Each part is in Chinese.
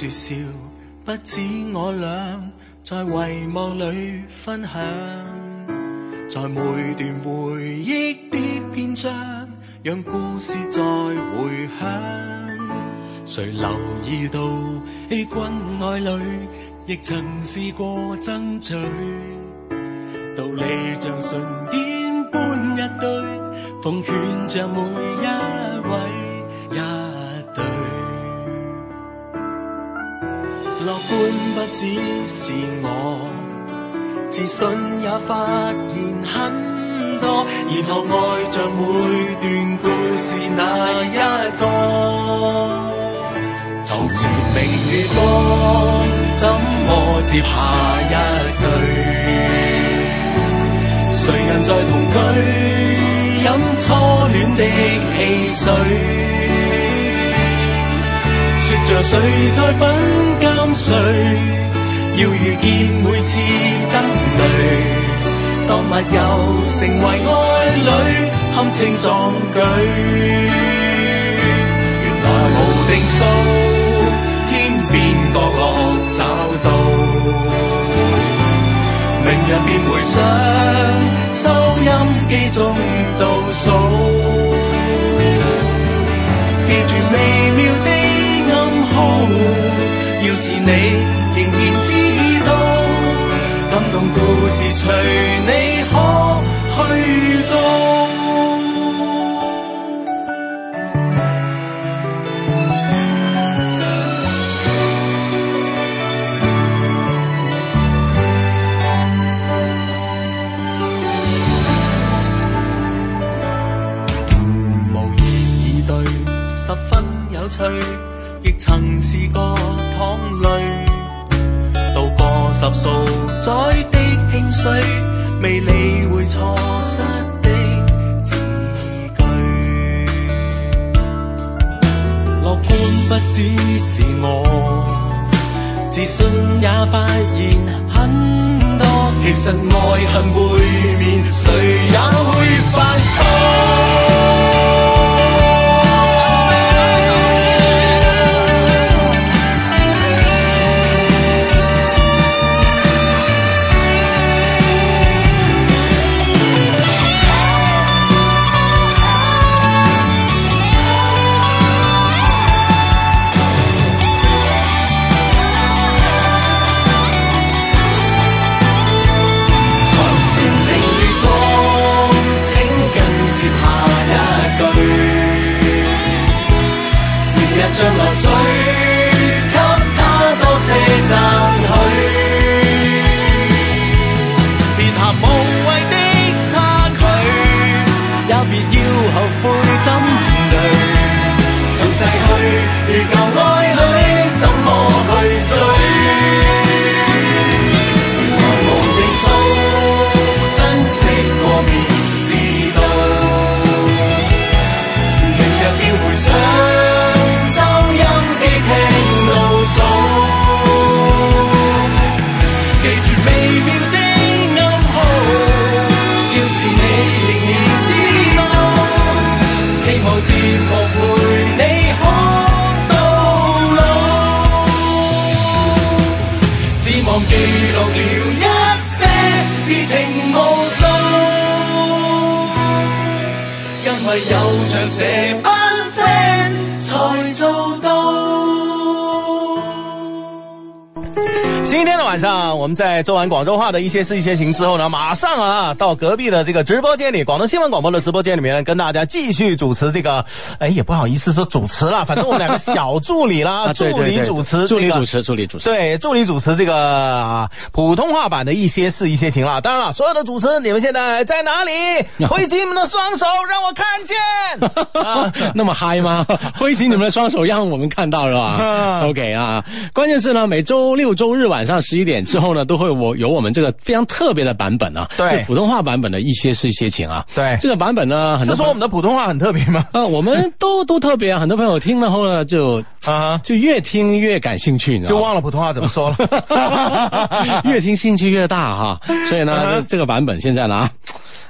說笑，不止我倆在遺忘裏分享，在每段回憶的篇章，讓故事再回響。誰留意到欺君愛侶，亦曾試過爭取，道理像唇邊般一堆，奉勸着每一位一對。樂觀不只是我，自信也發現很多，然後愛着每段故事那一個。從前明月光，怎麼接下一句？誰人在同居，飲初戀的汽水？說着誰在品鑑誰，要遇見每次燈淚，當密友成為愛侶，堪稱壯舉。原來無定數，天邊角落找到，明日便回想收音機中倒數，記住微妙的暗號，要是你仍然知道，感動故事隨你可去到。亦曾試過淌淚，渡過10數載的興衰，未理會錯失的字句。樂觀不只是我，自信也發現很多。其實愛恨背面，誰也會犯錯。像流水，給他多些讚許，別談無謂的差距，也別要後悔針對。曾逝去如舊愛侶，怎麼去追？原來無定數，珍惜過便知道，明日便回想。節目陪你可到老，只望記錄了一些事情無數，因為有着這班 friend 才做到。 星期天的晚上，我們在做完廣州話的一些事一些情之後呢，馬上到隔壁的這個直播間裡，廣東新聞廣播的直播間裡面跟大家繼續主持這個，也不好意思說主持了，反正我們兩個小助理啦，助理主持，助理主持，對，助理主持這個普通話版的一些事一些情啦。當然了，所有的主持，你們現在在哪裡？揮起你們的雙手，讓我看見。 那麼嗨嗎？揮起你們的雙手，讓我們看到，是吧？OK 啊，關鍵是呢，每周六周日晚上11點之後呢，都會有我們這個非常特別的版本啊，對，普通話版本的一些事一些情啊。對，這個版本呢，很多是說我們的普通話很特別嗎？ 我們都特別啊，很多朋友聽了後呢，就越聽越感興趣，你知道嗎？ 就忘了普通話怎麼說了， 越聽興趣越大哈。所以呢，這個版本現在呢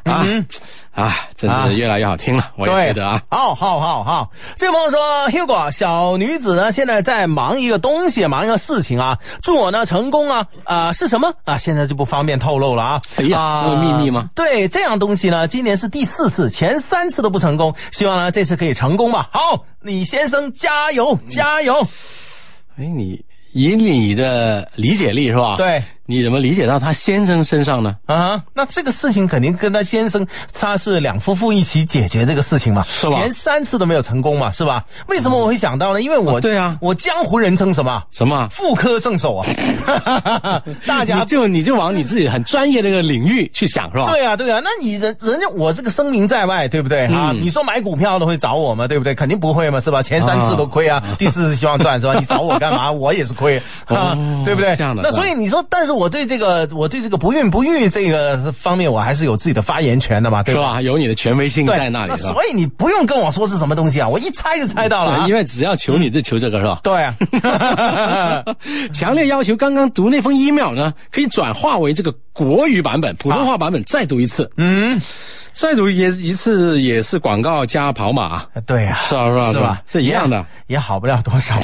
真是越来越好听了，我也觉得啊。 好。这个朋友说 Hugo 小女子呢现在在忙一个东西，忙一个事情啊，祝我呢成功啊，是什么啊？现在就不方便透露了啊。 哎呀，有秘密吗？ 对，这样东西呢，今年是第4次，前3次都不成功，希望呢这次可以成功吧。好，李先生加油。 你以你的理解力是吧？ 对， 你怎么理解到他先生身上呢？ 那这个事情肯定跟他先生他是两夫妇一起解决这个事情嘛， 是吧？ 前3次都没有成功嘛，是吧？为什么我会想到呢？因为我对啊， 我江湖人称什么妇科圣手啊。大家你就往你自己很专业的一个领域去想是吧？ 对啊，那你人家我这个声名在外，对不对啊？你说买股票都会找我吗？对不对？肯定不会嘛，是吧？前3次都亏啊，第4次希望赚是吧？你找我干嘛？我也是亏对不对？ 这样的。 那所以你说，但是我对这个不孕不育这个方面，我还是有自己的发言权的嘛，对吧？ 是吧？有你的权威性在那里。 那所以你不用跟我说是什么东西啊，我一猜就猜到了。 因为只要求你就求这个是吧？ 对啊。 强烈要求刚刚读那封 email 呢，可以转化为这个国语版本、普通话版本再读一次。再读一次也是广告加跑马。 对啊， 是吧？是一样的， 也好不了多少。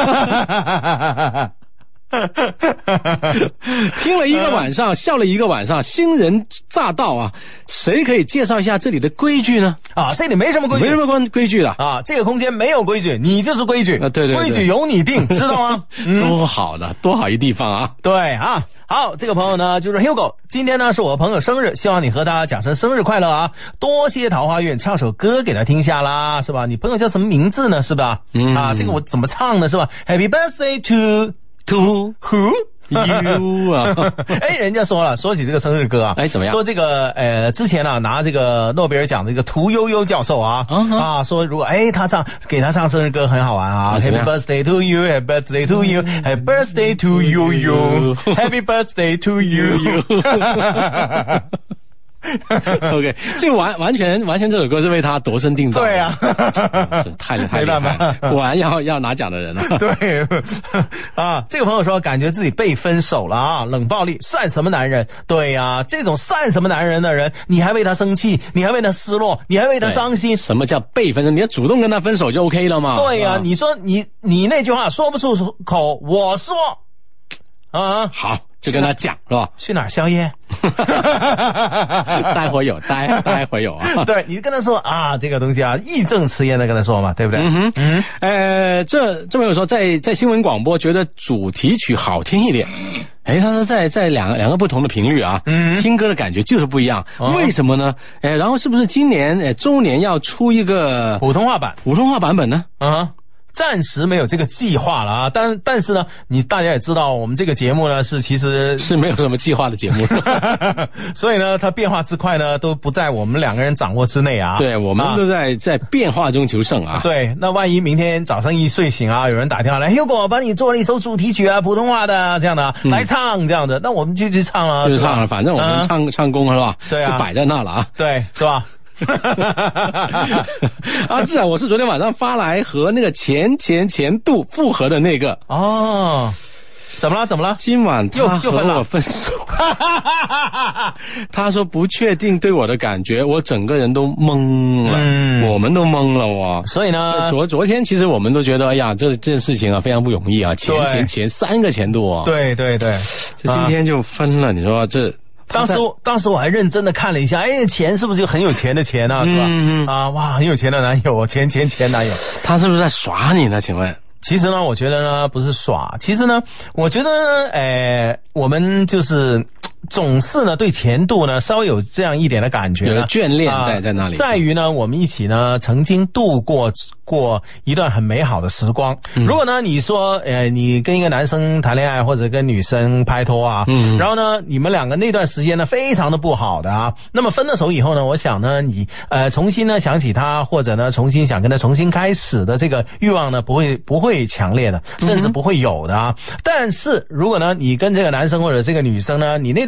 听了一个晚上，笑了一个晚上，新人驾到啊！谁可以介绍一下这里的规矩呢？ 这里没什么规矩， 没什么规矩的这个空间没有规矩，你就是规矩。 对， 规矩由你定，知道吗？ 多好一地方啊！ 对啊。好，这个朋友呢就是 Hugo， 今天呢是我朋友生日，希望你和他讲声生日快乐啊，多些桃花运，唱首歌给他听下啦，是吧？你朋友叫什么名字呢？是吧？这个我怎么唱呢？是吧 ？Happy birthday to who？ you 啊。 人家说起这个生日歌啊， 怎么样？ 说这个之前拿这个诺贝尔奖的这个屠呦呦教授说如果给他唱生日歌很好玩啊。Happy birthday to you, Happy birthday to you, Happy birthday to you, Happy birthday to you。 OK， 这个完全这首歌是为他度身订造的。 对啊， 是太厉害了，果然要拿奖的人啊。 对这个朋友说感觉自己被分手了冷暴力算什么男人？对呀，这种算什么男人的人，你还为他生气，你还为他失落，你还为他伤心。 什么叫被分手？你要主动跟他分手就 OK 了嘛。 对呀，你说你那句话说不出口，我说好，就跟他讲是吧？ 去哪儿宵夜？ 待会有啊。 对，你跟他说这个东西义正辞严的跟他说嘛，对不对？ 这么有说在新闻广播觉得主题曲好听一点。他说在两个不同的频率听歌的感觉就是不一样。为什么呢？然后是不是今年周年要出一个普通话版本呢？ 暂时没有这个计划了但是呢，大家也知道，我们这个节目呢其实是没有什么计划的节目， 所以呢，它变化之快呢，都不在我们两个人掌握之内对，我们都在变化中求胜对，那万一明天早上一睡醒有人打电话来 ，Hugo 我帮你做了一首主题曲普通话的这样的来唱这样的，那我们就去唱了， 就唱了，反正我们唱功是吧？ 对就摆在那了对，是吧？ 至少我是昨天晚上发来和那个前度复合的那个怎么了？ 今晚他和我分手。他说不确定对我的感觉，我整个人都懵了，我们都懵了所以呢， 昨天其实我们都觉得，这件事情非常不容易前3个前度对， 这今天就分了，你说这。 当时我还认真的看了一下，钱是不是就很有钱的钱是吧？哇，很有钱的男友，前男友， 他是不是在耍你呢？请问？ 其实呢，我觉得呢不是耍，其实呢，我觉得呢，我们就是总是呢对前度呢稍微有这样一点的感觉， 有眷恋在那里， 在于呢我们一起呢曾经度过一段很美好的时光。如果呢你说你跟一个男生谈恋爱或者跟女生拍拖然后呢你们两个那段时间呢非常的不好的那么分了手以后呢，我想呢你重新呢想起他，或者呢重新想跟他重新开始的这个欲望呢不会强烈的，甚至不会有的但是如果呢你跟这个男生或者这个女生呢，你那段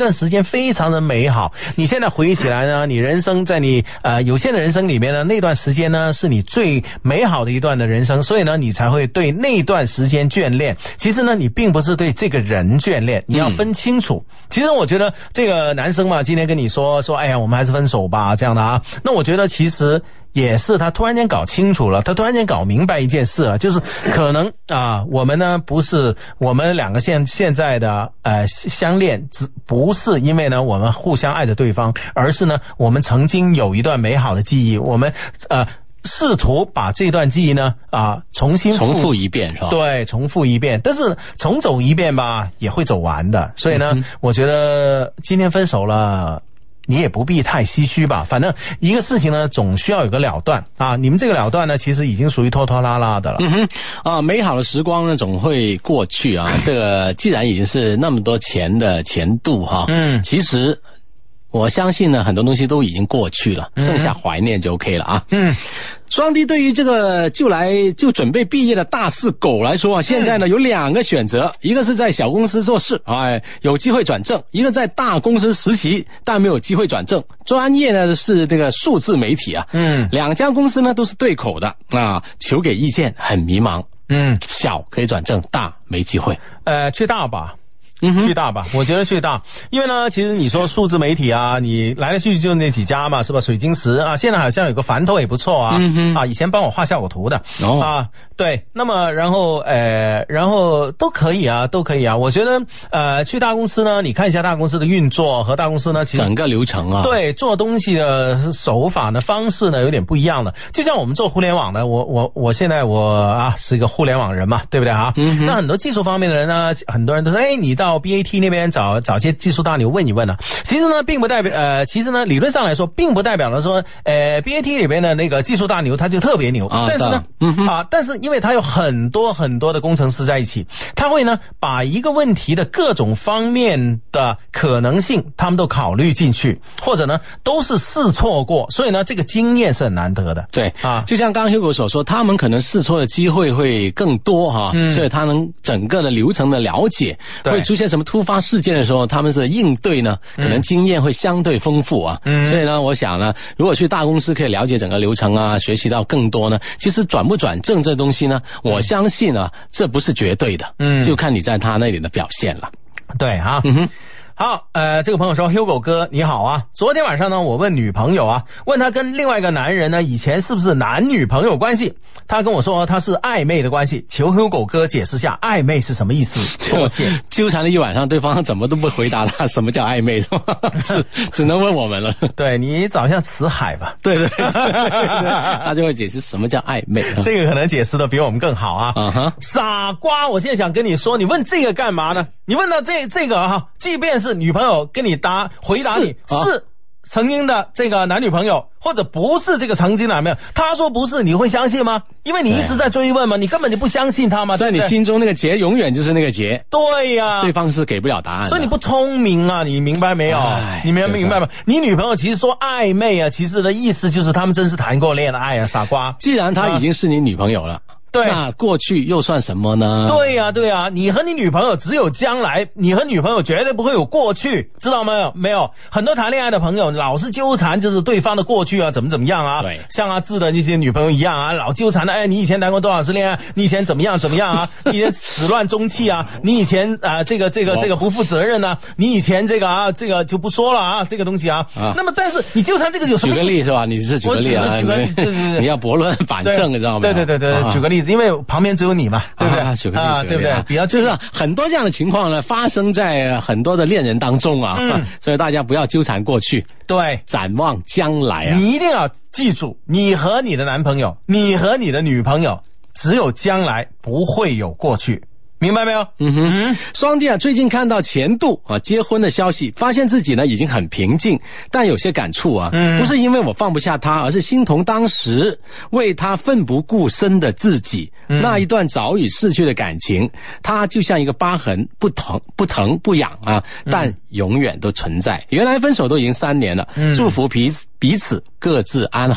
段时间非常的美好。你现在回忆起来呢，你人生在你有限的人生里面呢，那段时间呢是你最美好的一段的人生，所以呢你才会对那段时间眷恋。其实呢你并不是对这个人眷恋，你要分清楚。其实我觉得这个男生嘛，今天跟你说哎呀我们还是分手吧这样的啊，那我觉得其实也是他突然间搞清楚了，他突然间搞明白一件事了，就是可能我们呢不是我们两个现在的相恋，不是因为呢我们互相爱着对方，而是呢我们曾经有一段美好的记忆，我们试图把这段记忆呢重复一遍，是吧？ 对，重复一遍，但是重走一遍吧也会走完的，所以呢我觉得今天分手了你也不必太唏嘘吧，反正一个事情呢总需要有个了断你们这个了断呢其实已经属于拖拖拉拉的了。 美好的时光呢总会过去这个既然已经是那么多前度其实我相信呢很多东西都已经过去了，剩下怀念就 OK 了双弟对于这个就准备毕业的大四狗来说现在呢有两个选择，一个是在小公司做事有机会转正，一个在大公司实习但没有机会转正，专业呢是这个数字媒体两家公司呢都是对口的求给意见很迷茫小可以转正，大没机会去大吧去大吧，我觉得去大，因为呢其实你说数字媒体你来来去去就那几家嘛，是吧？水晶石现在好像有个凡透也不错以前帮我画效果图的对，那么然后都可以都可以我觉得去大公司呢，你看一下大公司的运作和大公司呢其实整个流程对，做东西的手法呢方式呢有点不一样的。就像我们做互联网的，我现在是一个互联网人嘛，对不对那很多技术方面的人呢，很多人都说你到BAT 那边找些技术大牛问一问其实呢并不代表其实呢理论上来说并不代表了说BAT 里边的那个技术大牛他就特别牛但是呢但是因为他有很多很多的工程师在一起，他会呢把一个问题的各种方面的可能性他们都考虑进去，或者呢都是试错过，所以呢这个经验是很难得的。 对就像刚刚 Hugo 所说，他们可能试错的机会会更多所以他能整个的流程的了解，会出现什么突发事件的时候他们是应对呢可能经验会相对丰富所以呢我想呢如果去大公司可以了解整个流程学习到更多呢，其实转不转正这东西呢我相信这不是绝对的就看你在他那里的表现了。 对好，这个朋友说 Hugo 哥你好昨天晚上呢我问女朋友问她跟另外一个男人呢以前是不是男女朋友关系，她跟我说她是暧昧的关系，求 Hugo 哥解释下暧昧是什么意思。多谢。 纠缠了一晚上对方怎么都不回答他什么叫暧昧只能问我们了。 对，你找一下辞海吧。对他就会解释什么叫暧昧这个可能解释的比我们更好傻瓜，我现在想跟你说，你问这个干嘛呢？你问到这个即便是女朋友跟你回答你是曾经的这个男女朋友，或者不是这个曾经男朋友，他说不是，你会相信吗？因为你一直在追问嘛，你根本就不相信他嘛， 在你心中那个结永远就是那个结。 对对方是给不了答案的， 所以你不聪明你明白没有？你明白吗？你女朋友其实说暧昧其实的意思就是他们真是谈过恋爱傻瓜。 既然她已经是你女朋友了对，那过去又算什么呢？ 对呀，你和你女朋友只有将来，你和女朋友绝对不会有过去，知道没有？很多谈恋爱的朋友老是纠缠就是对方的过去怎么样对， 像阿志的那些女朋友一样老纠缠的你以前谈过多少次恋爱，你以前怎么样你以前始乱终弃你以前这个不负责任你以前这个就不说了这个东西那么但是你纠缠这个有什么？ 举个例是吧？你是举个例对，你要驳论反正你知道吗？ 对，举个例子，因为旁边只有你嘛，对不对？ 举个例子对不对？比较就是很多这样的情况呢，发生在很多的恋人当中所以大家不要纠缠过去， 对， 展望将来你一定要记住，你和你的男朋友，你和你的女朋友，只有将来，不会有过去。明白没有？ 双弟最近看到前度结婚的消息，发现自己呢已经很平静，但有些感触不是因为我放不下他，而是心同当时为他奋不顾身的自己，那一段早已逝去的感情，他就像一个疤痕，不疼不痒但永远都存在。原来分手都已经3年了，祝福彼此各自安好。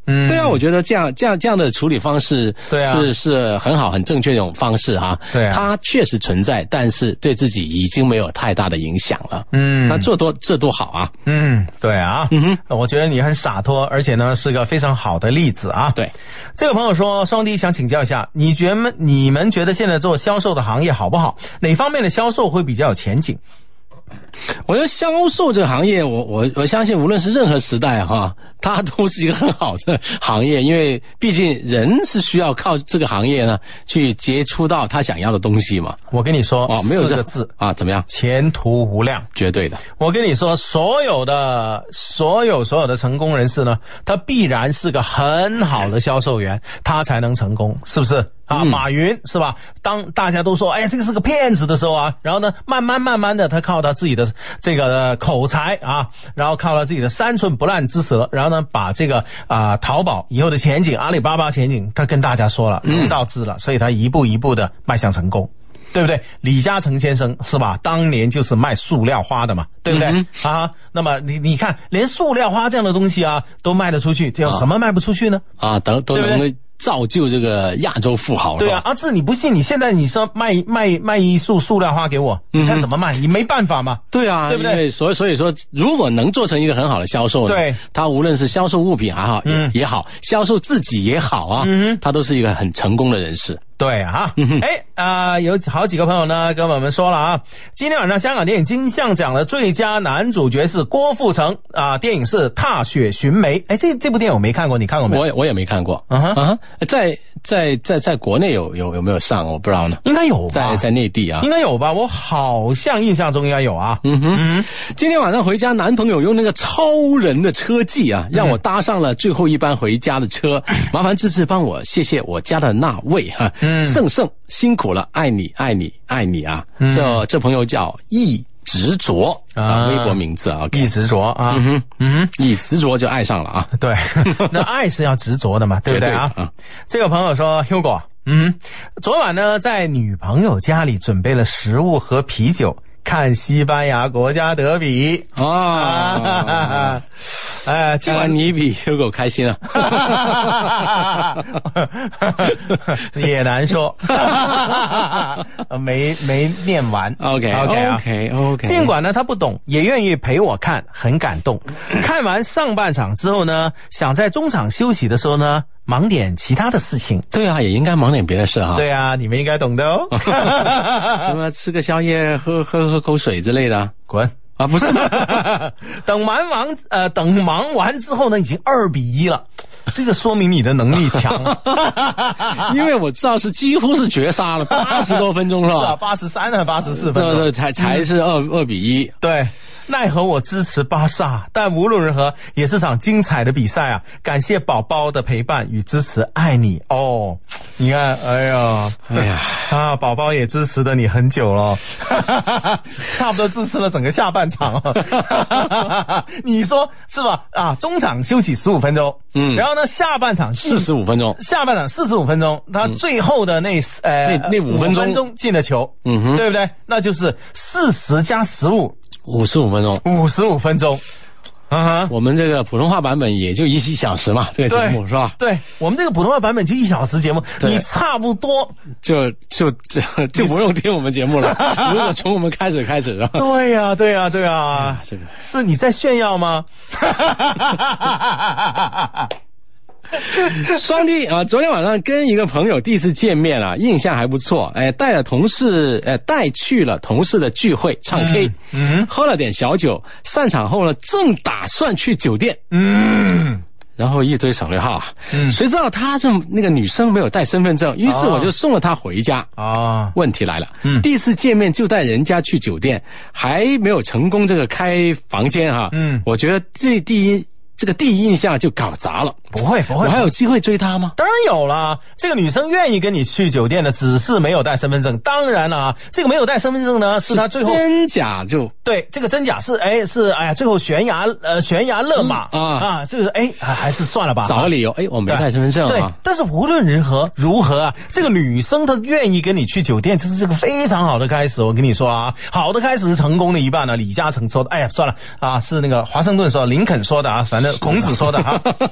对啊，我觉得这样的处理方式， 对啊， 是很好很正确的一种方式哈。 对啊， 它确实存在，但是对自己已经没有太大的影响了。那这多好啊。 对啊。我觉得你很洒脱，而且呢是个非常好的例子啊。 对， 这个朋友说，双弟想请教一下，你们觉得现在做销售的行业好不好？哪方面的销售会比较有前景？ 我觉得销售这个行业，我相信无论是任何时代哈，它都是一个很好的行业，因为毕竟人是需要靠这个行业呢去接触到他想要的东西嘛。 我跟你说， 没有 4个字啊，怎么样？ 前途无量，绝对的。我跟你说，所有的成功人士呢，他必然是个很好的销售员，他才能成功，是不是？马云是吧？当大家都说哎呀这个是个骗子的时候啊，然后呢慢慢的他靠他自己的这个口才啊，然后靠他自己的3寸不烂之舌，然后呢把这个淘宝以后的前景，阿里巴巴前景他跟大家说了，道道知了，所以他一步一步的迈向成功，对不对？李嘉诚先生是吧？当年就是卖塑料花的嘛，对不对？那么你看连塑料花这样的东西啊都卖得出去，这有什么卖不出去呢？都能够造就这个亚洲富豪。对啊，阿志你不信，你现在你说卖一束塑料花给我，你看怎么卖？你没办法嘛。对啊，对不对？所以说如果能做成一个很好的销售呢，对，他无论是销售物品也好，销售自己也好啊，他都是一个很成功的人士。对啊，有好几个朋友呢跟我们说了啊，今天晚上香港电影金像奖的最佳男主角是郭富城电影是《踏雪寻梅》。这部电影我没看过，你看过没？我也没看过。在国内有没有上？我不知道呢。应该有吧，在内地啊，应该有吧？我好像印象中应该有啊。今天晚上回家，男朋友用那个超人的车技啊，让我搭上了最后一班回家的车。麻烦芝芝帮我谢谢我家的那位哈。盛辛苦了，爱你啊！这朋友叫易执着微博名字啊，易执着啊，易执着就爱上了啊，对，那爱是要执着的嘛，对不对啊？这个朋友说 Hugo， 昨晚呢在女朋友家里准备了食物和啤酒。看西班牙国家德比今晚你比 Hugo 开心啊也难说没念完 OK 尽管呢他不懂也愿意陪我看，很感动。看完上半场之后呢，想在中场休息的时候呢忙点其他的事情。对啊，也应该忙点别的事哈。对啊，你们应该懂的哦什么吃个宵夜，喝口水之类的。滚啊，不是等忙完之后呢，已经2-1了。这个说明你的能力强因为我知道是几乎是绝杀了，80多分钟是吧？是83还是84分钟？对，才是2-1。对。奈何我支持巴萨，但无论如何也是场精彩的比赛啊！感谢宝宝的陪伴与支持，爱你哦！你看，宝宝也支持了你很久了差不多支持了整个下半场你说是吧？中场休息15分钟，然后呢下半场45分钟，下半场45分钟，他最后的那5分钟进的球，对不对？那就是40加15。55分钟我们这个普通话版本也就1小时嘛，这个节目是吧？对，我们这个普通话版本就1小时节目，你差不多就不用听我们节目了如果从我们开始对呀这个是你在炫耀吗双弟昨天晚上跟一个朋友第一次见面啊，印象还不错，带去了同事的聚会唱 K， 喝了点小酒，散场后呢正打算去酒店，然后一堆省略号谁知道他那个女生没有带身份证，于是我就送了她回家问题来了，第一次见面就带人家去酒店，还没有成功这个开房间我觉得这个第一印象就搞砸了。不会，我还有机会追她吗？当然有啦，这个女生愿意跟你去酒店的，只是没有带身份证。当然了这个没有带身份证呢，是她最后真假就对，这个真假是最后悬崖勒马这个还是算了吧，找个理由我没带身份证对，但是无论如何这个女生她愿意跟你去酒店，这是个非常好的开始。我跟你说好的开始是成功的一半李嘉诚说的，算了是那个华盛顿说的，林肯说的反正孔子说的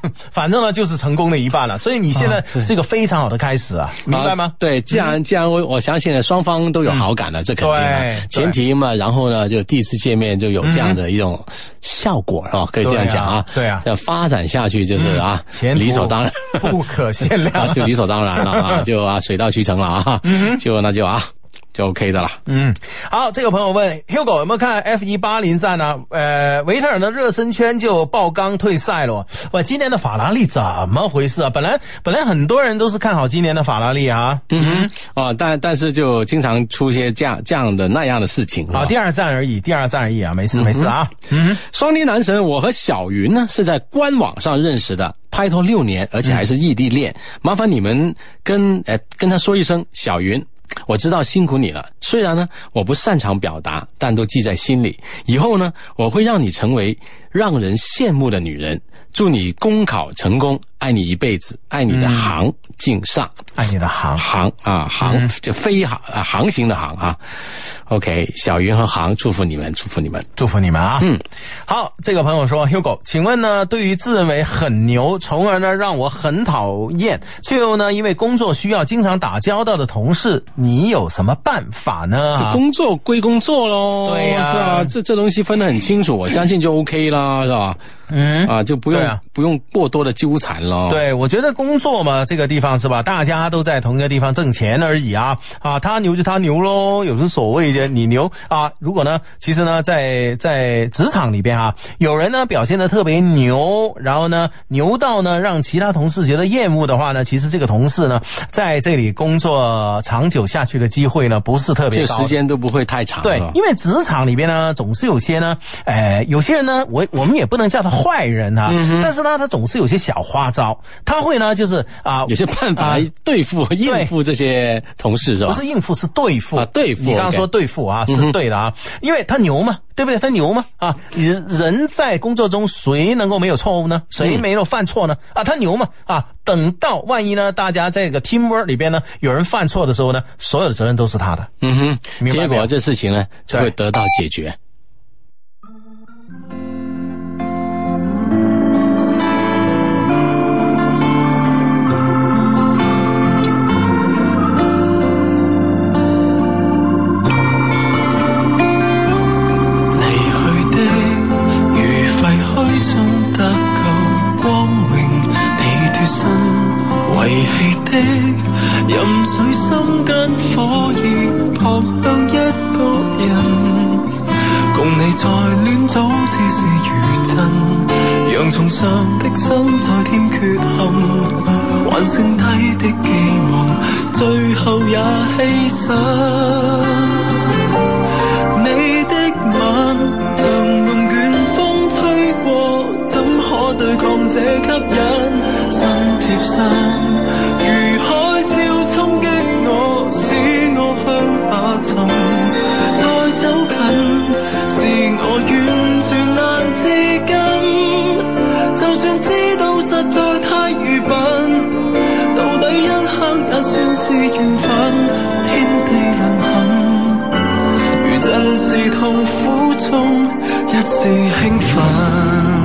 反正呢就是成功的一半了，所以你现在是一个非常好的开始啊，明白吗？ 对，既然我相信呢，双方都有好感了，这肯定啊，前提嘛，然后呢就第一次见面就有这样的一种效果是吧？可以这样讲啊， 对啊， 这样发展下去就是理所当然， 不可限量， 就理所当然了啊，就水到渠成了啊，就 OK 的了。 好，这个朋友问 Hugo 有没有看 F180站呢？维特尔的热身圈就爆缸退赛了。喂，今年的法拉利怎么回事啊？本来很多人都是看好今年的法拉利啊。 但是就经常出些这样的那样的事情。 第二站而已啊，没事啊。 双低男神，我和小云呢是在官网上认识的，拍拖6年，而且还是异地恋。麻烦你们跟他说一声，小云，我知道辛苦你了，虽然呢我不擅长表达，但都记在心里，以后呢我会让你成为让人羡慕的女人，祝你公考成功，爱你一辈子，爱你的航敬上， 爱你的航就飞航行的航啊。OK， 小云和航，祝福你们啊。 好，这个朋友说 Hugo， 请问呢，对于自认为很牛，从而呢让我很讨厌，却又呢因为工作需要经常打交道的同事，你有什么办法呢？ 就工作归工作咯， 对呀， 是啊，这东西分得很清楚，我相信就 OK 啦，是吧？就不用过多的纠缠了。 对，我觉得工作嘛，这个地方是吧，大家都在同一个地方挣钱而已啊，他牛就他牛咯，有时所谓的你牛啊。如果呢，其实呢，在职场里边有人呢表现得特别牛，然后呢牛到呢让其他同事觉得厌恶的话呢，其实这个同事呢在这里工作长久下去的机会呢不是特别高， 这时间都不会太长。 对，因为职场里边呢总是有些呢，有些人呢我们也不能叫他坏人但是呢他总是有些小花招，他会呢就是有些办法来应付这些同事是吧？ 不是应付，是对付对付。 你刚刚说对付是对的因为他牛嘛，对不对？他牛嘛人在工作中谁能够没有错误呢？谁没有犯错呢？他牛嘛等到万一呢大家这个 teamwork 里边呢有人犯错的时候呢，所有的责任都是他的。 结果这事情呢就会得到解决。 遺棄的任水深跟火熱撲向一個人，共你再戀早只是餘震，洋葱上的心再添缺陷，還剩低的寄望最後也犧牲。你的吻像龍捲風吹過，怎可對抗這吸引？身貼身如海嘯衝擊我，使我向下沉。再走近是我完全難自禁，就算知道實在太愚笨，到底一刻也算是緣分。天地淪陷，如真是痛苦中一絲興奮。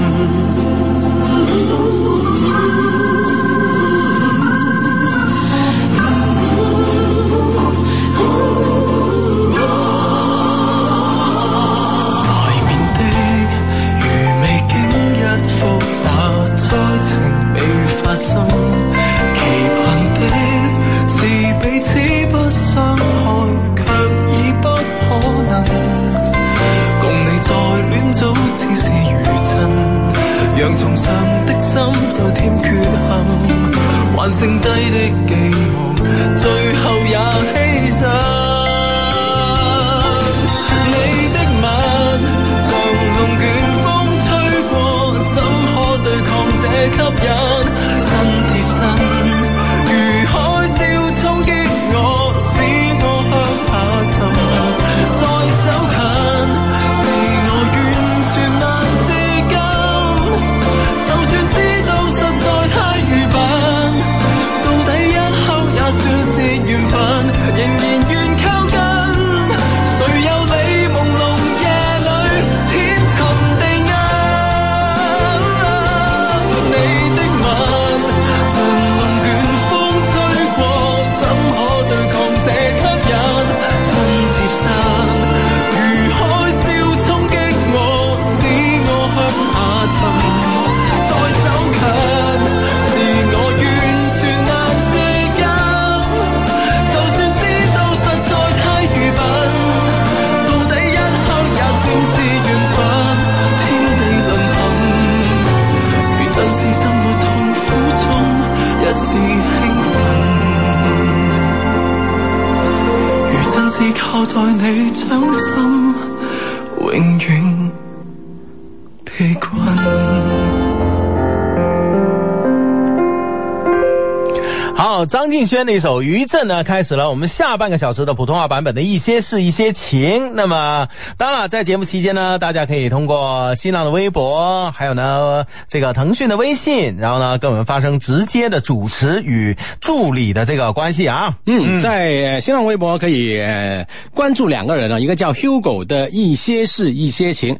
洋葱上的心就添缺陷，還剩低的寄望最後也犧牲。你的吻像龍捲風吹過，怎可對抗這吸引？身貼身如海嘯衝擊我，使我向下沉。再走近是我完全難就算知道實在太愚笨，到底一刻也算是緣分，仍然願靠近。誰有你朦朧夜裏天沉地暗？你坐在你掌心，永遠被困。 好，张敬轩的一首《余震》呢，开始了我们下半个小时的普通话版本的一些事一些情。那么当然在节目期间呢，大家可以通过新浪的微博，还有呢这个腾讯的微信，然后呢跟我们发生直接的主持与助理的这个关系啊。 在新浪微博可以关注两个人呢，一个叫 Hugo 的一些事一些情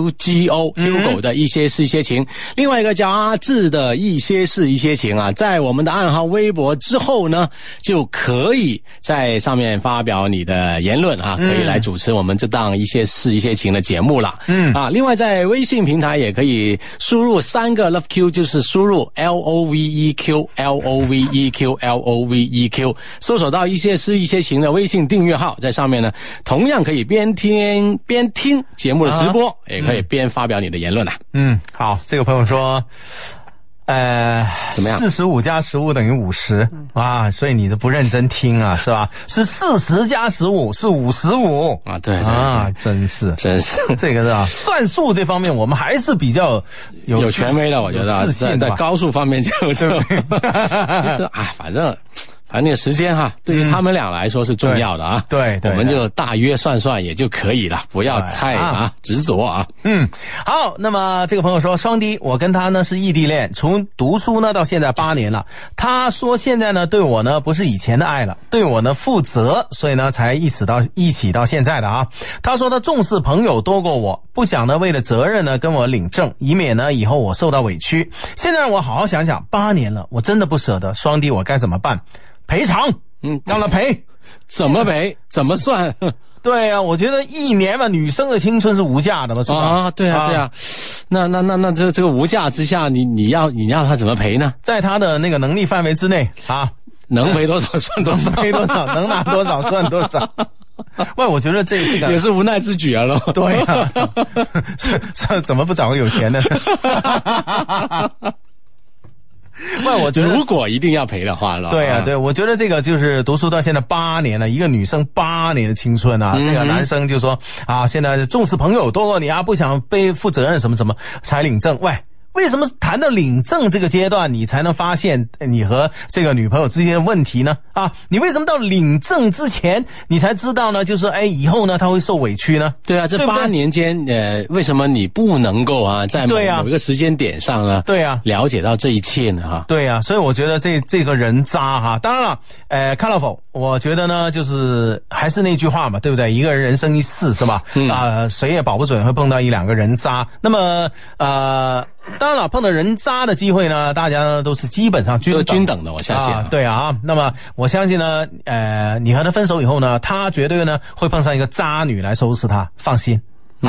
HUGO Hugo 的一些事一些情，另外一个叫阿志的一些事一些情啊，在我们的暗号微博之后呢，就可以在上面发表你的言论啊，可以来主持我们这档一些事一些情的节目了。另外在微信平台也可以输入3个 Love Q， 就是输入 LOVEQ LOVEQ LOVEQ， 搜索到一些事一些情的微信订阅号，在上面呢同样可以边听节目的直播，也可以边发表你的言论啊。 好，这个朋友说怎么样 ？45加15等于50啊，所以你是不认真听啊，是吧？是40加15是55 啊，对啊，真是这个是吧？算术这方面我们还是比较有权威的，我觉得在高数方面就是，其实反正那个时间哈，对于他们俩来说是重要的啊。 对， 我们就大约算也就可以了，不要太执着啊。 好，那么这个朋友说，双低，我跟他呢是异地恋，从读书呢到现在8年了。他说现在呢对我呢不是以前的爱了，对我呢负责，所以呢才一起到现在的啊。他说他重视朋友多过我，不想呢为了责任呢跟我领证，以免呢以后我受到委屈。现在让我好好想想，8年了，我真的不舍得，双低我该怎么办？赔偿，让他赔， 怎么赔？怎么算？ 对啊，我觉得1年嘛，女生的青春是无价的嘛，是吧？ 对啊。那这个无价之下，你要他怎么赔呢？ 在他的那个能力范围之内啊， 能赔多少算多少， 赔多少能拿多少算多少。喂，我觉得这个也是无奈之举啊喽。 对啊，这怎么不找个有钱的呢？我觉得如果一定要赔的话了， 对啊，对，我觉得这个就是读书到现在8年了，一个女生8年的青春啊，这个男生就说现在重视朋友多过你啊，不想背负责任什么才领证。喂，为什么谈到领证这个阶段你才能发现你和这个女朋友之间的问题呢？你为什么到领证之前你才知道呢？就是以后呢他会受委屈呢？ 对啊，这8年间为什么你不能够在某一个时间点上呢？ 对啊， 了解到这一切呢？ 对啊，所以我觉得这个人渣当然了，Colorful， 我觉得呢就是还是那句话嘛，对不对？一个人人生一世是吧？谁也保不准会碰到1-2个人渣。那么当然了，碰到人渣的机会呢，大家呢都是基本上均等的，我相信对啊。那么我相信呢，你和他分手以后呢，他绝对呢会碰上一个渣女来收拾他，放心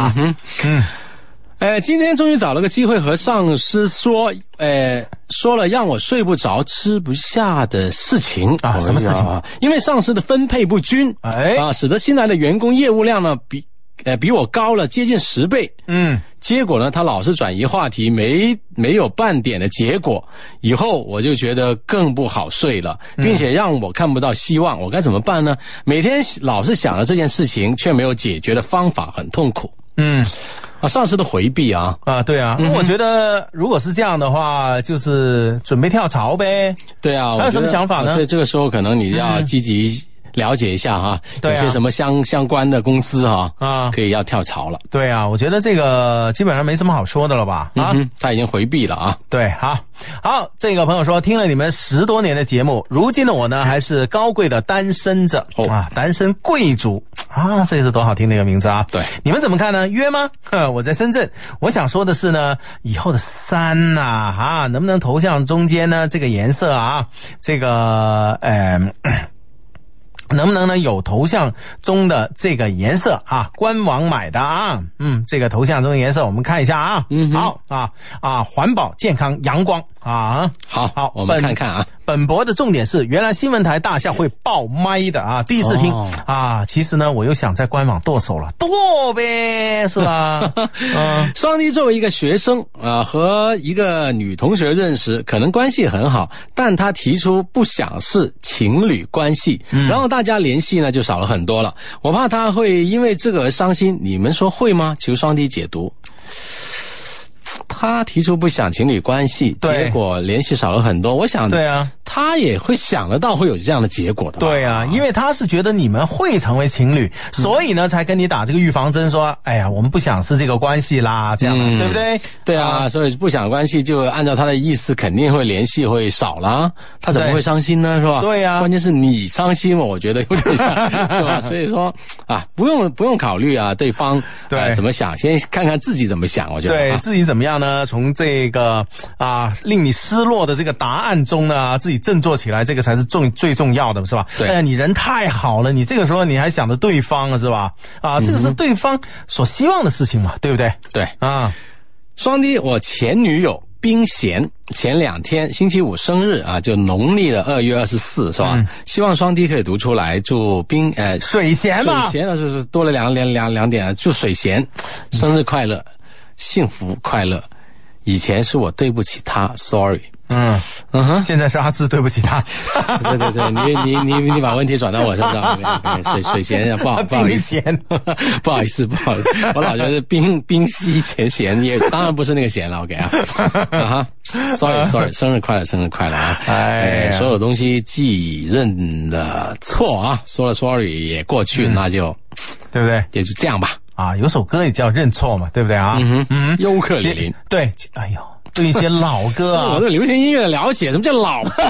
今天终于找了个机会和上司说了让我睡不着吃不下的事情什么事情因为上司的分配不均使得新来的员工业务量呢比我高了接近10倍。结果呢他老是转移话题，没有半点的结果，以后我就觉得更不好睡了，并且让我看不到希望。我该怎么办呢？每天老是想着这件事情，却没有解决的方法，很痛苦。上司的回避对啊，我觉得如果是这样的话，就是准备跳槽呗。 对啊， 还有什么想法呢？ 对，这个时候可能你要积极了解一下有些什么相关的公司可以要跳槽了。 对啊，我觉得这个基本上没什么好说的了吧？ 他已经回避了对，好，这个朋友说听了你们10多年的节目，如今的我呢还是高贵的单身者单身贵族这是多好听的一个名字对， 你们怎么看呢？约吗？我在深圳。我想说的是呢，以后的山能不能头像中间呢这个颜色这个能不能呢有头像中的这个颜色官网买的这个头像中的颜色我们看一下好环保健康阳光啊。 好，我们看看啊。 本博的重点是，原来新闻台大象会爆麦的啊，第一次听啊。其实呢，我又想在官网剁手了，剁呗，是吧？ 双低作为一个学生啊，和一个女同学认识，可能关系很好，但他提出不想是情侣关系，然后大家联系呢就少了很多了。我怕他会因为这个而伤心，你们说会吗？求双低解读。他提出不想情侣关系，结果联系少了很多。我想，对啊，他也会想得到会有这样的结果的。 对啊，因为他是觉得你们会成为情侣，所以呢才跟你打这个预防针，说，哎呀，我们不想是这个关系啦，这样的，对不对？ 对啊，所以不想关系就按照他的意思，肯定会联系会少啦。他怎么会伤心呢？是吧？ 对啊， 关键是你伤心嘛，我觉得有点像，是吧？所以说啊，不用考虑啊，对方怎么想，先看看自己怎么想，我觉得对自己怎么样呢？从这个令你失落的这个答案中呢，自己振作起来，这个才是最重要的，是吧？对，哎呀，你人太好了，你这个时候你还想着对方了，是吧？这个是对方所希望的事情嘛，对不对？ 对啊，双低，我前女友冰贤前2天星期五生日啊，就农历的2月24，是吧？希望双低可以读出来，祝水贤吧， 水贤了，就是多了两点，祝水贤生日快乐，幸福快乐。以前是我对不起他 ，sorry。 现在是阿志对不起他。 对，你把问题转到我身上。水贤不好意思，不好意思，我老觉得冰溪前贤也当然不是那个贤了 ，OK 啊，sorry， 生日快乐啊！哎，所有东西既认了错啊，说了 sorry 也过去，那就对不对？ 也就这样吧。 有首歌也叫认错嘛，对不对啊？ 尤克里里。 对，哎呦。对一些老歌啊， 我对流行音乐的了解，什么叫老歌？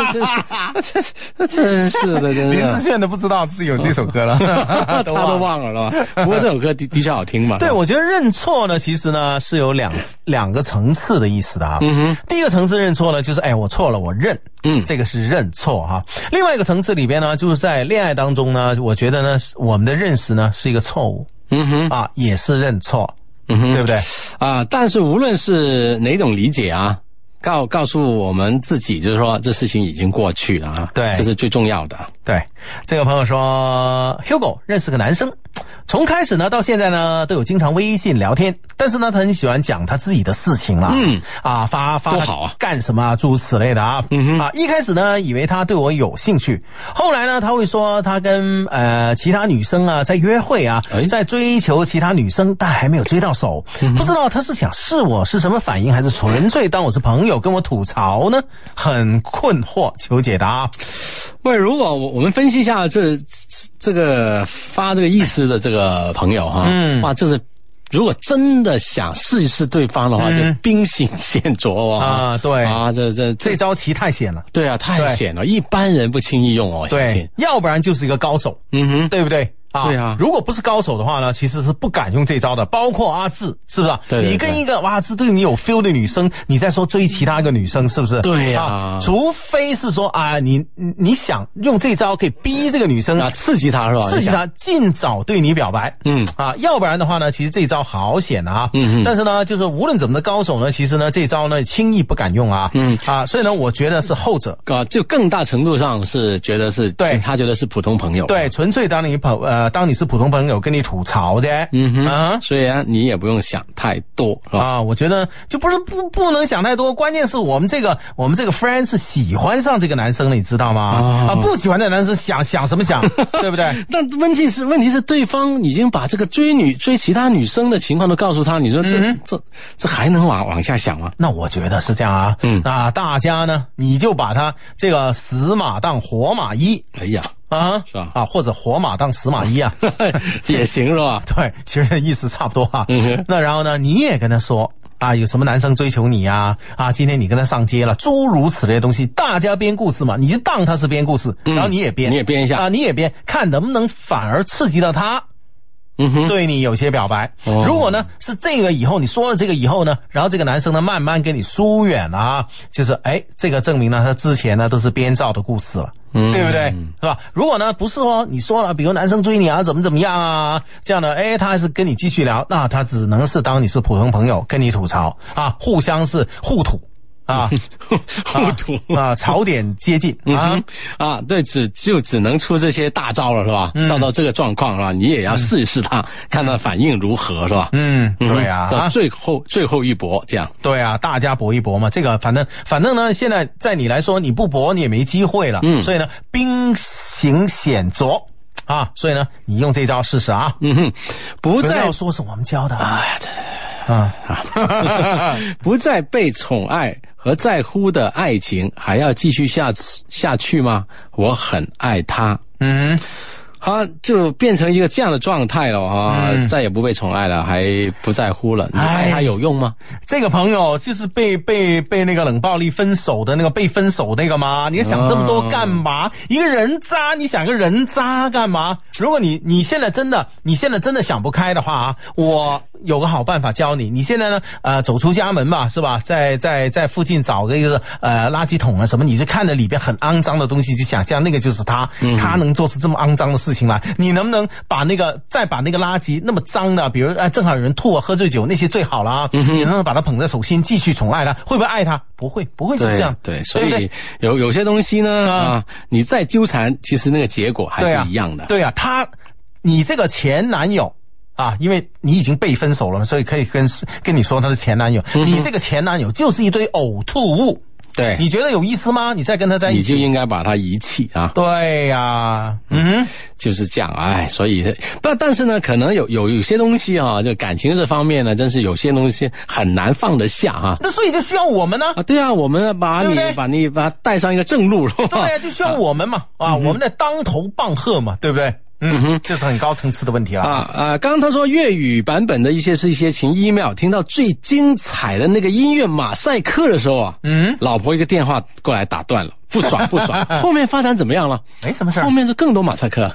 真是的， 林志炫都不知道自己有这首歌了， 他都忘了吧？不过这首歌的确好听嘛。 对，我觉得认错呢，其实呢是有两个层次的意思的啊。第一个层次认错呢，就是我错了，我认，这个是认错哈。另外一个层次里边呢，就是在恋爱当中呢，我觉得呢，我们的认识呢是一个错误，也是认错。对不对但是无论是哪种理解啊，告诉我们自己，就是说这事情已经过去了啊，对，这是最重要的。 对，这个朋友说 Hugo 认识个男生，从开始呢到现在呢都有经常微信聊天，但是呢他很喜欢讲他自己的事情啦，发多好啊， 干什么诸如此类的啊，一开始呢以为他对我有兴趣，后来呢他会说他跟其他女生啊在约会啊，在追求其他女生，但还没有追到手，不知道他是想试我是什么反应，还是纯粹当我是朋友跟我吐槽呢？很困惑，求解答。 喂，如果我们分析一下这个发这个意思的这个朋友哈，哇，这是如果真的想试一试对方的话，就兵行险着啊！ 对啊， 这招棋太险了， 对啊，太险了，一般人不轻易用哦，相信， 要不然就是一个高手，对不对？ 对啊， 如果不是高手的话呢，其实是不敢用这招的，包括阿志，是不是？对，你跟一个是对你有 feel 的女生，你再说追其他一个女生，是不是？ 对呀， 除非是说你想用这招可以逼这个女生刺激她，是吧？ 刺激她尽早对你表白，要不然的话呢，其实这招好险啊，但是呢，就是无论怎么的高手呢，其实呢这招呢轻易不敢用啊，所以呢，我觉得是后者就更大程度上是觉得是对他觉得是普通朋友， 对，纯粹当你是普通朋友跟你吐槽的， 所以你也不用想太多我觉得就不是不能想太多，关键是我们这个 friend 是喜欢上这个男生了，你知道吗？不喜欢的男生想什么想，对不对？ 但问题是对方已经把这个追其他女生的情况都告诉他，你说这还能往下想吗？ 那我觉得是这样啊，大家呢你就把他这个死马当活马医， 哎呀。 是吧？或者活马当死马医啊， 也行是吧？ 对，其实意思差不多啊。那然后呢，你也跟他说有什么男生追求你今天你跟他上街了，诸如此类的东西，大家编故事嘛，你就当他是编故事，然后你也编一下你也编，看能不能反而刺激到他。对你有些表白，如果呢是这个以后你说了这个以后呢，然后这个男生呢慢慢跟你疏远了就是这个证明呢他之前呢都是编造的故事了，对不对？是吧？如果呢不是你说了，比如男生追你怎么样这样的他还是跟你继续聊，那他只能是当你是普通朋友跟你吐槽互相是互吐。 啊， 互赌啊，槽点接近对，只能出这些大招了是吧？到这个状况是吧？你也要试一试他，看他反应如何是吧？ 对啊， 到最后一搏这样。 对啊，大家搏一搏嘛，这个反正呢，现在在你来说你不搏你也没机会了，所以呢，兵行险着。啊，所以呢，你用这招试试啊。不再要说是我们教的。 哎呀，不再被宠爱和在乎的爱情还要继续下去吗？我很爱他。他就变成一个这样的状态了啊，再也不被宠爱了，还不在乎了。你爱他有用吗？ 这个朋友就是被那个冷暴力分手的那个被分手那个吗？你想这么多干嘛？一个人渣，你想个人渣干嘛？如果你现在真的想不开的话啊，我有个好办法教你。你现在呢走出家门吧，是吧？在附近找个一个垃圾桶啊什么，你就看着里边很肮脏的东西，就想象那个就是他能做出这么肮脏的事情来。你能不能再把那个垃圾那么脏的，比如正好有人吐啊喝醉酒那些最好了啊，你能不能把他捧在手心继续宠爱他？会不会爱他？不会就这样。 对，所以有些东西呢你再纠缠，其实那个结果还是一样的。 对啊，你这个前男友啊，因为你已经被分手了，所以可以跟你说他是前男友。你这个前男友就是一堆呕吐物。 对， 你觉得有意思吗？你再跟他在一起， 你就应该把他遗弃啊。 对呀， 就是这样。所以但是呢，可能有些东西啊，就感情这方面呢，真是有些东西很难放得下啊。 那所以就需要我们呢。 对啊，我们把你带上一个正路， 对啊，就需要我们嘛我们的当头棒喝嘛，对不对？这是很高层次的问题刚刚他说粤语版本的一些情 email， 听到最精彩的那个音乐马赛克的时候啊，老婆一个电话过来打断了。不爽，后面发展怎么样了？ 没什么事儿， 后面是更多马赛克，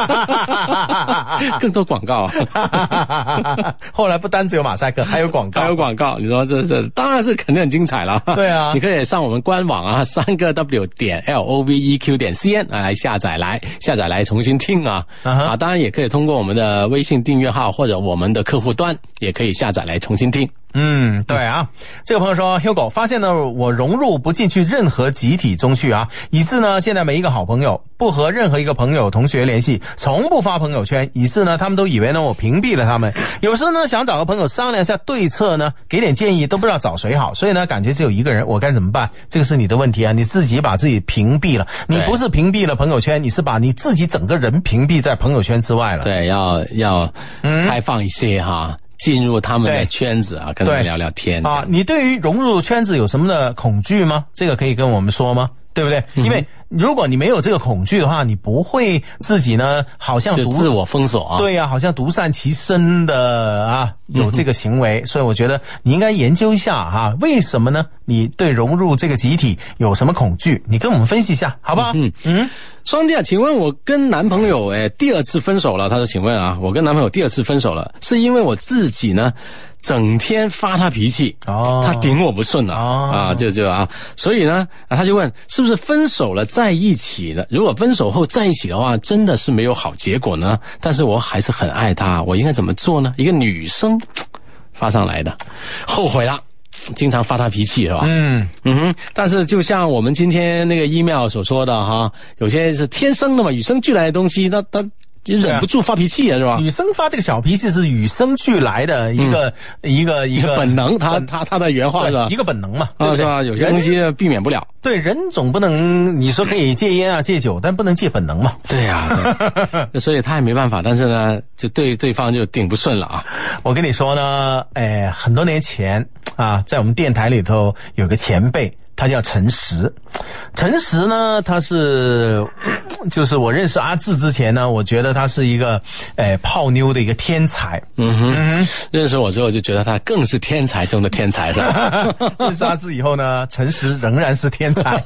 更多广告。 后来不单只有马赛克，还有广告， 你说这当然是肯定很精彩了。 对啊， 你可以上我们官网3个 W 点 LOVEQ 点 CN 来下载来重新听当然也可以通过我们的微信订阅号或者我们的客户端也可以下载来重新听。 对啊，这个朋友说 Hugo 发现呢我融入不进去任何集体中去以致呢现在没一个好朋友，不和任何一个朋友同学联系，从不发朋友圈，以致呢他们都以为呢我屏蔽了他们。有时呢想找个朋友商量一下对策呢，给点建议，都不知道找谁好，所以呢感觉只有一个人，我该怎么办？这个是你的问题你自己把自己屏蔽了，你不是屏蔽了朋友圈，你是把你自己整个人屏蔽在朋友圈之外了。 对，要开放一些进入他们的圈子跟他们聊聊天你对于融入圈子有什么的恐惧吗？这个可以跟我们说吗？对不对？因为如果你没有这个恐惧的话，你不会自己呢好像就自我封锁对好像独善其身的有这个行为所以我觉得你应该研究一下为什么呢？你对融入这个集体有什么恐惧？你跟我们分析一下好不好？ 双弟请问我跟男朋友第二次分手了。他说请问我跟男朋友第二次分手了，是因为我自己呢整天发他脾气他顶我不顺所以呢他就问是不是分手了在一起了，如果分手后在一起的话真的是没有好结果呢？但是我还是很爱他，我应该怎么做呢？一个女生发上来的，后悔了，经常发他脾气是吧？但是就像我们今天那个 email 所说的有些是天生的嘛，与生俱来的东西，他就忍不住发脾气是吧？ 女生发这个小脾气是与生俱来的一个本能，他的原话是吧？ 一个本能嘛， 是吧？有些东西避免不了。 对，人总不能你说可以戒烟戒酒，但不能戒本能嘛。 对呀，所以他也没办法，但是呢，就对方就顶不顺了我跟你说呢，很多年前在我们电台里头有个前辈。他叫陈实呢，他是就是我认识阿志之前呢，我觉得他是一个泡妞的一个天才。 认识我之后就觉得他更是天才中的天才了。 认识阿志以后呢，陈实仍然是天才。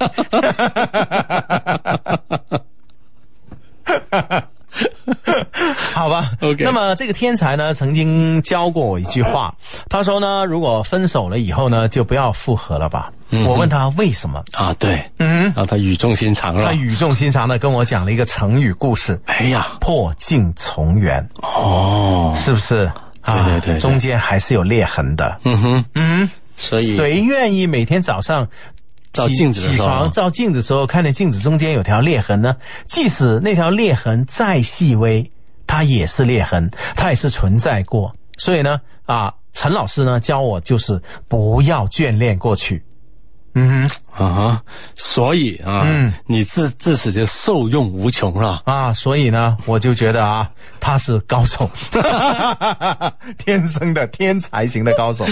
好吧 ，OK。 那么这个天才呢，曾经教过我一句话，他说呢，如果分手了以后呢，就不要复合了吧。我问他为什么对，然后他语重心长了， 他语重心长的跟我讲了一个成语故事。破镜重圆。是不是？ 对， 中间还是有裂痕的。 所以谁愿意每天早上照镜子的时候， 起床照镜子的时候，看见镜子中间有条裂痕呢？即使那条裂痕再细微，它也是裂痕，它也是存在过。所以呢，陈老师呢教我就是不要眷恋过去。 所以你自此就受用无穷了所以呢，我就觉得他是高手，天生的天才型的高手。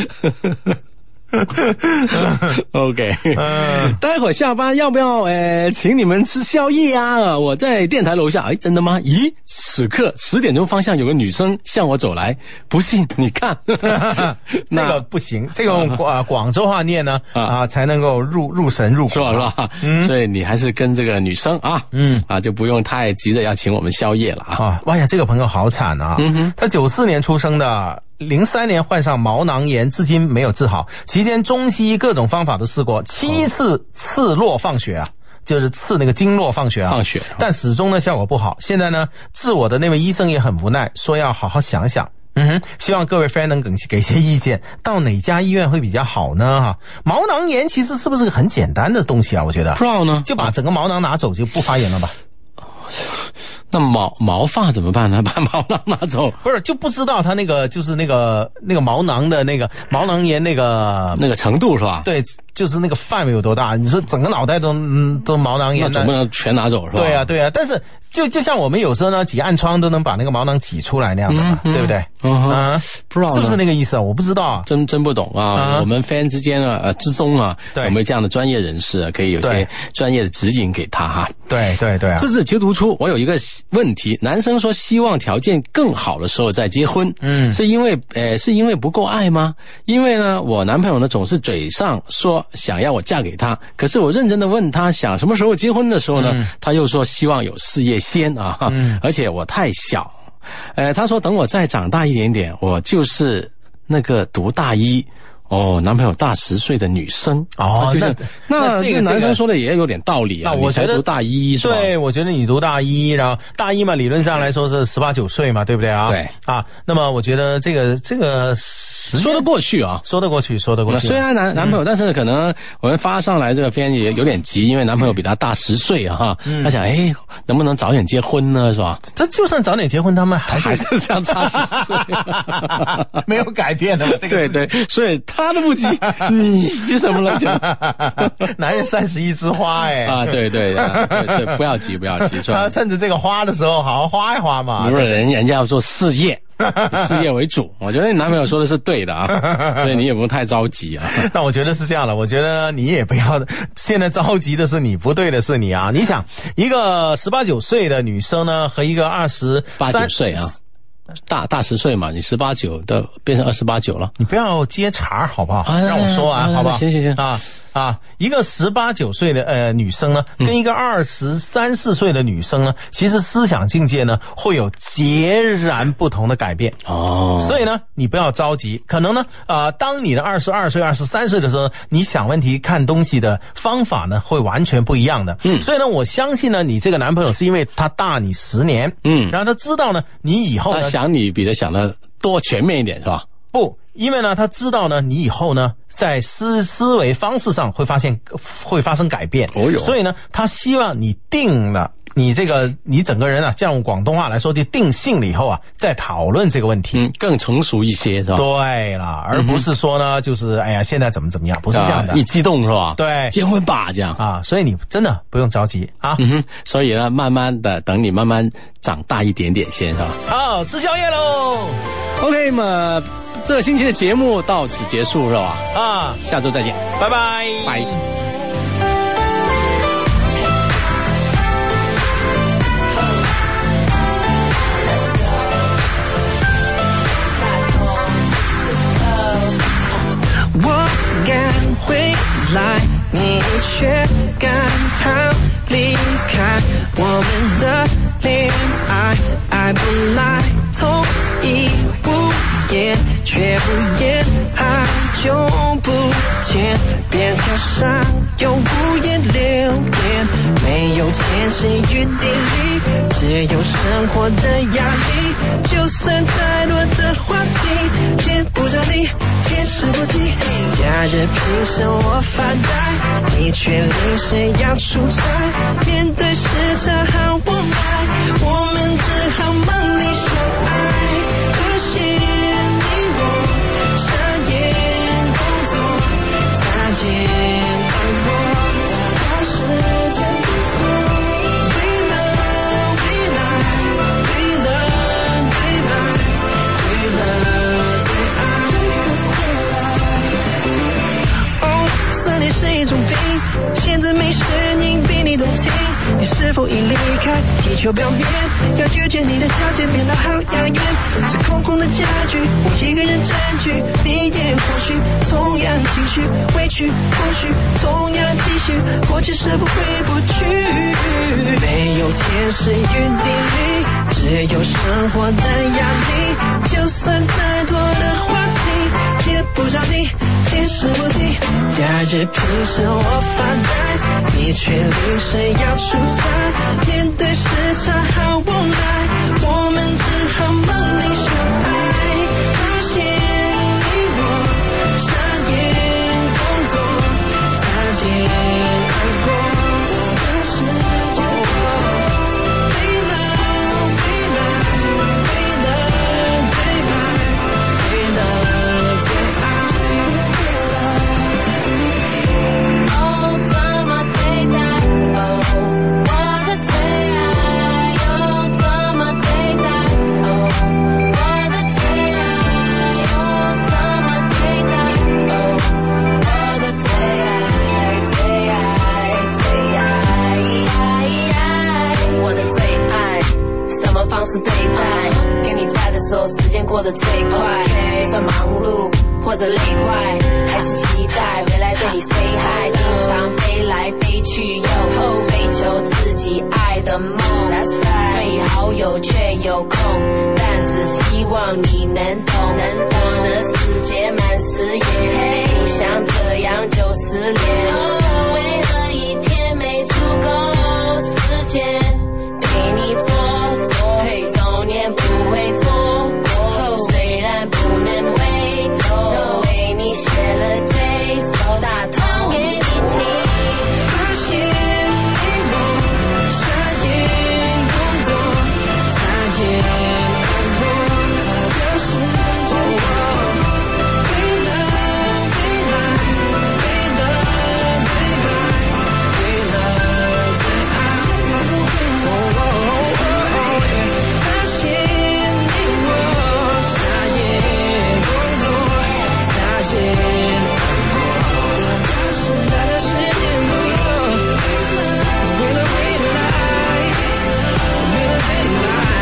OK， 待会儿下班要不要请你们吃宵夜啊？我在电台楼下。真的吗？咦，此刻10点钟方向有个女生向我走来，不信你看。 这个不行，这个用广州话念呢才能够入神入口， 是吧？所以你还是跟这个女生就不用太急着要请我们宵夜了哎呀，这个朋友好惨啊！他94年出生的。03年患上毛囊炎，至今没有治好。期间中西医各种方法都试过，7次刺络放血就是刺那个经络放血但始终呢效果不好。现在呢，治我的那位医生也很无奈，说要好好想想。希望各位 friend 能给些意见，到哪家医院会比较好呢？毛囊炎其实是不是个很简单的东西啊？我觉得不知道呢， 就把整个毛囊拿走就不发炎了吧。 那毛发怎么办呢？把毛囊拿走？ 不是，就不知道他那个就是那个毛囊的那个毛囊炎那个程度是吧？ 对，就是那个范围有多大？你说整个脑袋都毛囊炎， 那总不能全拿走是吧？ 对啊，但是就像我们有时候呢挤暗疮都能把那个毛囊挤出来那样的嘛，对不对？ 不知道是不是那个意思啊？我不知道真不懂我们 fan 之间之中有没有这样的专业人士可以有些专业的指引给他对啊。 这是求读出我有一个问题，男生说希望条件更好的时候再结婚，是因为不够爱吗？因为呢，我男朋友呢总是嘴上说想要我嫁给他，可是我认真的问他想什么时候结婚的时候呢，他又说希望有事业先而且我太小，他说等我再长大一点点，我就是那个读大一。男朋友大10岁的女生那这个男生说的也有点道理我觉得读大一是吧？ 对，我觉得你读大一，然后大一嘛，理论上来说是18、19岁嘛，对不对对那么我觉得这个说得过去说得过去。 虽然男朋友，但是可能我们发上来这个片也有点急，因为男朋友比他大10岁他想能不能早点结婚呢，是吧？ 他就算早点结婚，他们还是相差10岁， 没有改变的。 对，所以他都不急，你急什么了？ 男人31枝花对，不要急， 他趁着这个花的时候好好花一花嘛。 不是人家要做事业。事业为主，我觉得你男朋友说的是对的所以你也不用太着急那我觉得是这样的，我觉得你也不要现在着急的是你，不对的是你你想一个18、19岁的女生呢，和一个28、 9岁大10岁嘛，你18、9的变成28、9了， 你不要接茬好不好？让我说完好不好？ 行一个18、19岁的女生呢，跟一个23、24岁的女生呢，其实思想境界呢会有截然不同的改变所以呢，你不要着急，可能呢当你的22岁、23岁的时候，你想问题、看东西的方法呢会完全不一样的所以呢，我相信呢，你这个男朋友是因为他大你10年然后他知道呢，你以后呢他想你比他想的多全面一点是吧？ 不，因为呢，他知道呢，你以后呢在思维方式上会发生改变所以呢，他希望你定了你整个人这样用广东话来说就定性了以后再讨论这个问题更成熟一些是吧？ 对了，而不是说呢就是现在怎么样，不是这样的一激动是吧？ 对， 结婚吧这样所以你真的不用着急所以呢，慢慢的等你慢慢长大一点点先是吧？ 好，吃宵夜喽。 OK， 那么这个星期的节目到此结束是吧？下周再见， 拜拜。 我赶回来，你却刚好离开，我们的恋爱爱不来，同一无言，却不言，好久不见，便条上有无言留言，没有天时与地利。 只有生活的压力，就算再多的话题，见不着你，天时不地，假日平时我发呆，你却临时要出差，面对时差好无奈，我们只好梦里相爱，可惜你我傻眼工作，再见爱我，到时间不多，为了未来，为了对白，为了最爱。哦，思念是一种病，现在没声音比你动听，你是否已离开地球表面？要遇见你的条件变得好遥远，这空空的家具我一个人占据，你也或许同样情绪，委屈空虚同样继续，过去是否回不去？没有天时与地利，只有生活的压力，就算再多的话题，见不着你，天时不地，假日平时我发呆，你却临时要出差，面对时差好无奈，我们只好梦里相爱，发现你我傻眼工作，再见爱过的时间，为了未来，为了对白，为了最爱。 哦，怎么对待？哦，我的最爱。哦，怎么对待？哦，我的最爱。哦，怎么对待？哦，我的最爱，最爱，最爱，我的最爱。什么方式对待？跟你在的时候，时间过得最快。就算忙碌或者累坏，还是期待回来对你 say hi。经常飞来飞去，又追求自己爱的梦。That's right， 对好友却有空，但是希望你能懂。我的世界满视野，不想这样就失联。为了一天没足够时间陪你做，中年不会错过，虽然不能回头，为你写了这首大头给你听。 发现你我傻眼工作，再见爱我的时间，为了未来，为了对白，为了最爱。发现你我傻眼工作，再见爱我的时间不多，为了未来，为了最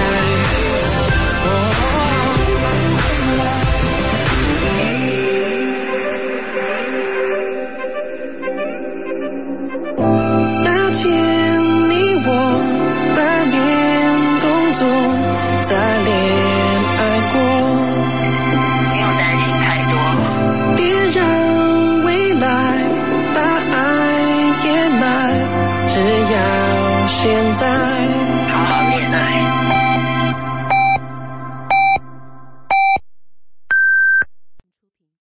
爱。那天你我把面工作，再恋爱过， 不用担心太多。 别让未来把爱掩埋，只要现在。